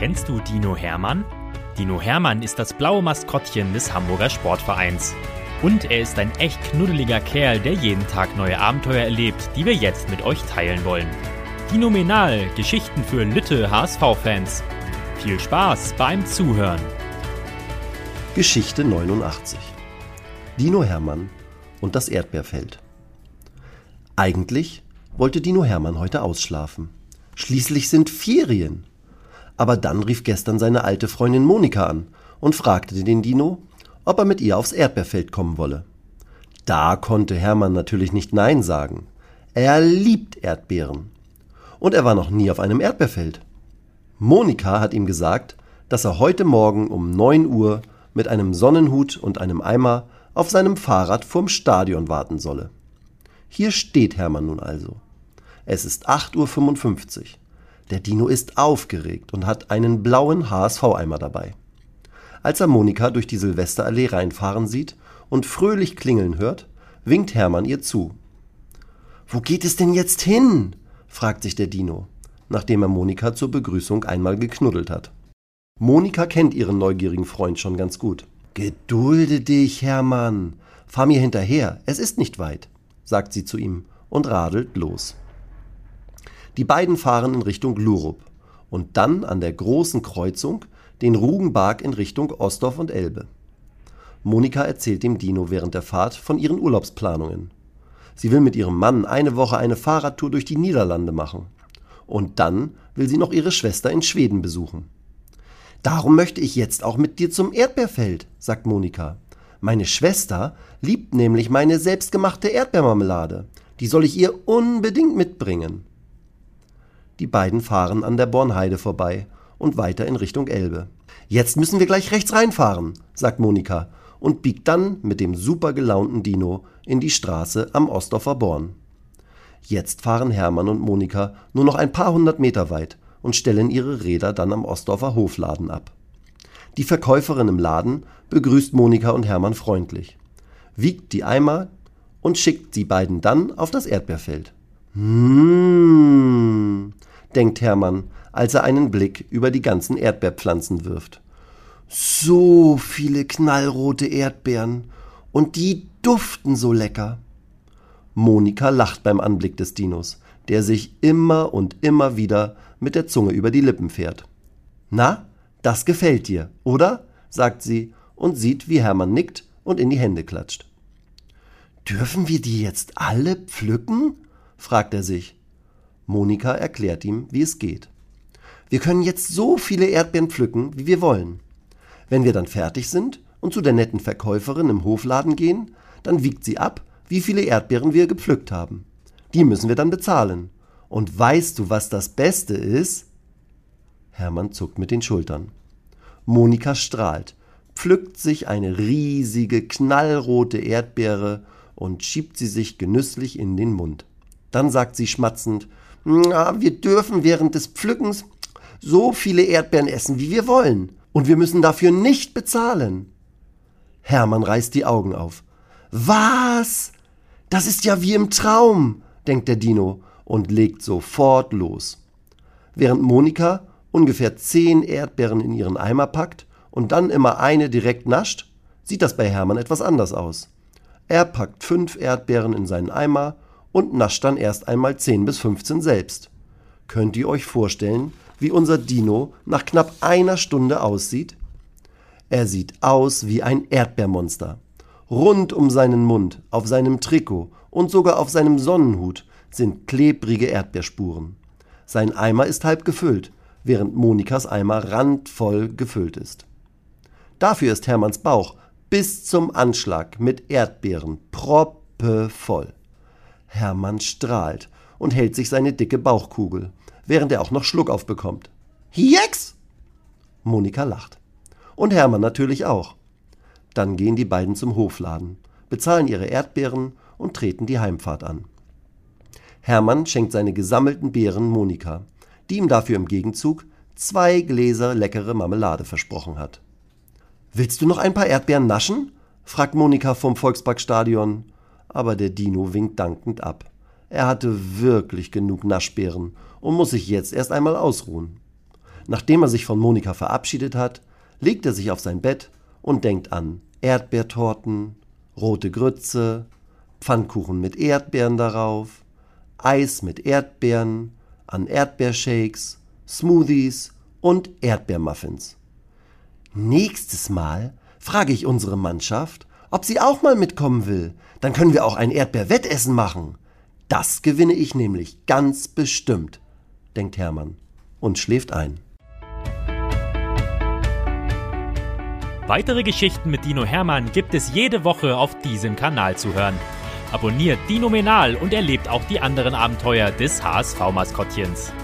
Kennst du Dino Hermann? Dino Hermann ist das blaue Maskottchen des Hamburger Sportvereins. Und er ist ein echt knuddeliger Kerl, der jeden Tag neue Abenteuer erlebt, die wir jetzt mit euch teilen wollen. Dinomenal, Geschichten für Lütte HSV-Fans. Viel Spaß beim Zuhören. Geschichte 89. Dino Hermann und das Erdbeerfeld. Eigentlich wollte Dino Hermann heute ausschlafen. Schließlich sind Ferien. Aber dann rief gestern seine alte Freundin Monika an und fragte den Dino, ob er mit ihr aufs Erdbeerfeld kommen wolle. Da konnte Hermann natürlich nicht Nein sagen. Er liebt Erdbeeren. Und er war noch nie auf einem Erdbeerfeld. Monika hat ihm gesagt, dass er heute Morgen um 9 Uhr mit einem Sonnenhut und einem Eimer auf seinem Fahrrad vorm Stadion warten solle. Hier steht Hermann nun also. Es ist 8:55 Uhr. Der Dino ist aufgeregt und hat einen blauen HSV-Eimer dabei. Als er Monika durch die Silvesterallee reinfahren sieht und fröhlich klingeln hört, winkt Hermann ihr zu. »Wo geht es denn jetzt hin?« fragt sich der Dino, nachdem er Monika zur Begrüßung einmal geknuddelt hat. Monika kennt ihren neugierigen Freund schon ganz gut. »Gedulde dich, Hermann, fahr mir hinterher, es ist nicht weit«, sagt sie zu ihm und radelt los. Die beiden fahren in Richtung Lurup und dann an der großen Kreuzung den Rugenberg in Richtung Ostorf und Elbe. Monika erzählt dem Dino während der Fahrt von ihren Urlaubsplanungen. Sie will mit ihrem Mann eine Woche eine Fahrradtour durch die Niederlande machen. Und dann will sie noch ihre Schwester in Schweden besuchen. »Darum möchte ich jetzt auch mit dir zum Erdbeerfeld«, sagt Monika. »Meine Schwester liebt nämlich meine selbstgemachte Erdbeermarmelade. Die soll ich ihr unbedingt mitbringen.« Die beiden fahren an der Bornheide vorbei und weiter in Richtung Elbe. »Jetzt müssen wir gleich rechts reinfahren«, sagt Monika und biegt dann mit dem super gelaunten Dino in die Straße am Ostorfer Born. Jetzt fahren Hermann und Monika nur noch ein paar hundert Meter weit und stellen ihre Räder dann am Ostorfer Hofladen ab. Die Verkäuferin im Laden begrüßt Monika und Hermann freundlich, wiegt die Eimer und schickt die beiden dann auf das Erdbeerfeld. Denkt Hermann, als er einen Blick über die ganzen Erdbeerpflanzen wirft. So viele knallrote Erdbeeren und die duften so lecker. Monika lacht beim Anblick des Dinos, der sich immer und immer wieder mit der Zunge über die Lippen fährt. »Na, das gefällt dir, oder?« sagt sie und sieht, wie Hermann nickt und in die Hände klatscht. »Dürfen wir die jetzt alle pflücken?« fragt er sich. Monika erklärt ihm, wie es geht. »Wir können jetzt so viele Erdbeeren pflücken, wie wir wollen. Wenn wir dann fertig sind und zu der netten Verkäuferin im Hofladen gehen, dann wiegt sie ab, wie viele Erdbeeren wir gepflückt haben. Die müssen wir dann bezahlen. Und weißt du, was das Beste ist?« Hermann zuckt mit den Schultern. Monika strahlt, pflückt sich eine riesige, knallrote Erdbeere und schiebt sie sich genüsslich in den Mund. Dann sagt sie schmatzend, wir dürfen während des Pflückens so viele Erdbeeren essen, wie wir wollen. Und wir müssen dafür nicht bezahlen. Hermann reißt die Augen auf. Was? Das ist ja wie im Traum, denkt der Dino und legt sofort los. Während Monika ungefähr 10 Erdbeeren in ihren Eimer packt und dann immer eine direkt nascht, sieht das bei Hermann etwas anders aus. Er packt 5 Erdbeeren in seinen Eimer und nascht dann erst einmal 10 bis 15 selbst. Könnt ihr euch vorstellen, wie unser Dino nach knapp einer Stunde aussieht? Er sieht aus wie ein Erdbeermonster. Rund um seinen Mund, auf seinem Trikot und sogar auf seinem Sonnenhut sind klebrige Erdbeerspuren. Sein Eimer ist halb gefüllt, während Monikas Eimer randvoll gefüllt ist. Dafür ist Hermanns Bauch bis zum Anschlag mit Erdbeeren proppevoll. Hermann strahlt und hält sich seine dicke Bauchkugel, während er auch noch Schluckauf bekommt. Jex! Monika lacht. Und Hermann natürlich auch. Dann gehen die beiden zum Hofladen, bezahlen ihre Erdbeeren und treten die Heimfahrt an. Hermann schenkt seine gesammelten Beeren Monika, die ihm dafür im Gegenzug 2 Gläser leckere Marmelade versprochen hat. »Willst du noch ein paar Erdbeeren naschen?« fragt Monika vom Volksparkstadion. Aber der Dino winkt dankend ab. Er hatte wirklich genug Naschbeeren und muss sich jetzt erst einmal ausruhen. Nachdem er sich von Monika verabschiedet hat, legt er sich auf sein Bett und denkt an Erdbeertorten, rote Grütze, Pfannkuchen mit Erdbeeren darauf, Eis mit Erdbeeren, an Erdbeershakes, Smoothies und Erdbeermuffins. Nächstes Mal frage ich unsere Mannschaft, ob sie auch mal mitkommen will. Dann können wir auch ein Erdbeerwettessen machen. Das gewinne ich nämlich ganz bestimmt, denkt Hermann und schläft ein. Weitere Geschichten mit Dino Hermann gibt es jede Woche auf diesem Kanal zu hören. Abonniert Dinomenal und erlebt auch die anderen Abenteuer des HSV-Maskottchens.